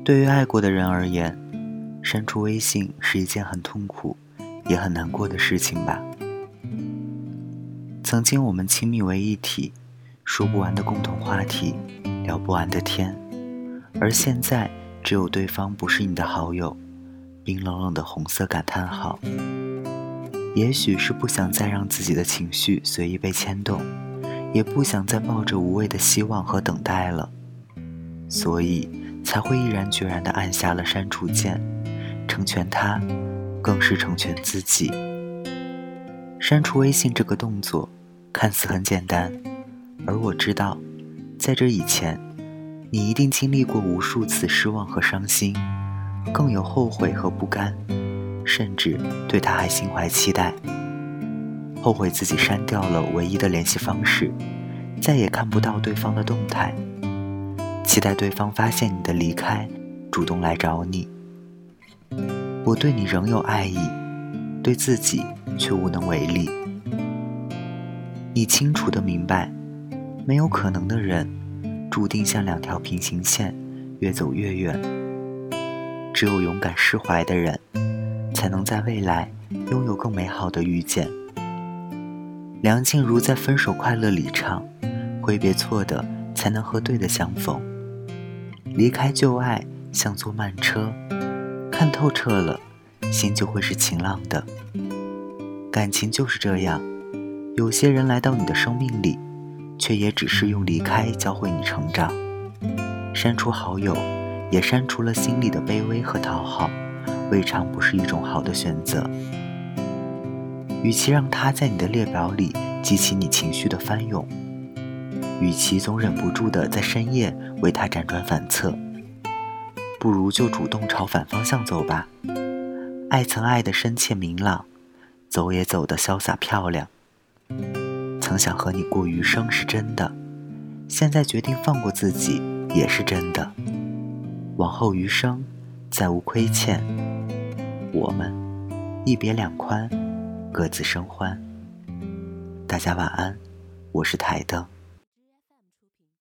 对于爱过的人而言，删除微信是一件很痛苦也很难过的事情吧。曾经我们亲密为一体，说不完的共同话题，聊不完的天，而现在只有对方不是你的好友，冰冷冷的红色感叹号。也许是不想再让自己的情绪随意被牵动，也不想再抱着无谓的希望和等待了，所以才会毅然决然地按下了删除键，成全他，更是成全自己。删除微信这个动作看似很简单，而我知道，在这以前，你一定经历过无数次失望和伤心，更有后悔和不甘，甚至对他还心怀期待。后悔自己删掉了唯一的联系方式，再也看不到对方的动态，期待对方发现你的离开，主动来找你。我对你仍有爱意，对自己却无能为力。你清楚地明白，没有可能的人，注定像两条平行线，越走越远。只有勇敢释怀的人，才能在未来拥有更美好的遇见。梁静茹在《分手快乐》里唱，挥别错的，才能和对的相逢。离开旧爱，像坐慢车，看透彻了，心就会是晴朗的。感情就是这样，有些人来到你的生命里，却也只是用离开教会你成长。删除好友，也删除了心里的卑微和讨好，未尝不是一种好的选择。与其让他在你的列表里激起你情绪的翻涌，与其总忍不住的在深夜为他辗转反侧，不如就主动朝反方向走吧。爱曾爱得深切明朗，走也走得潇洒漂亮。曾想和你过余生是真的，现在决定放过自己也是真的。往后余生再无亏欠，我们一别两宽，各自生欢。大家晚安，我是台灯。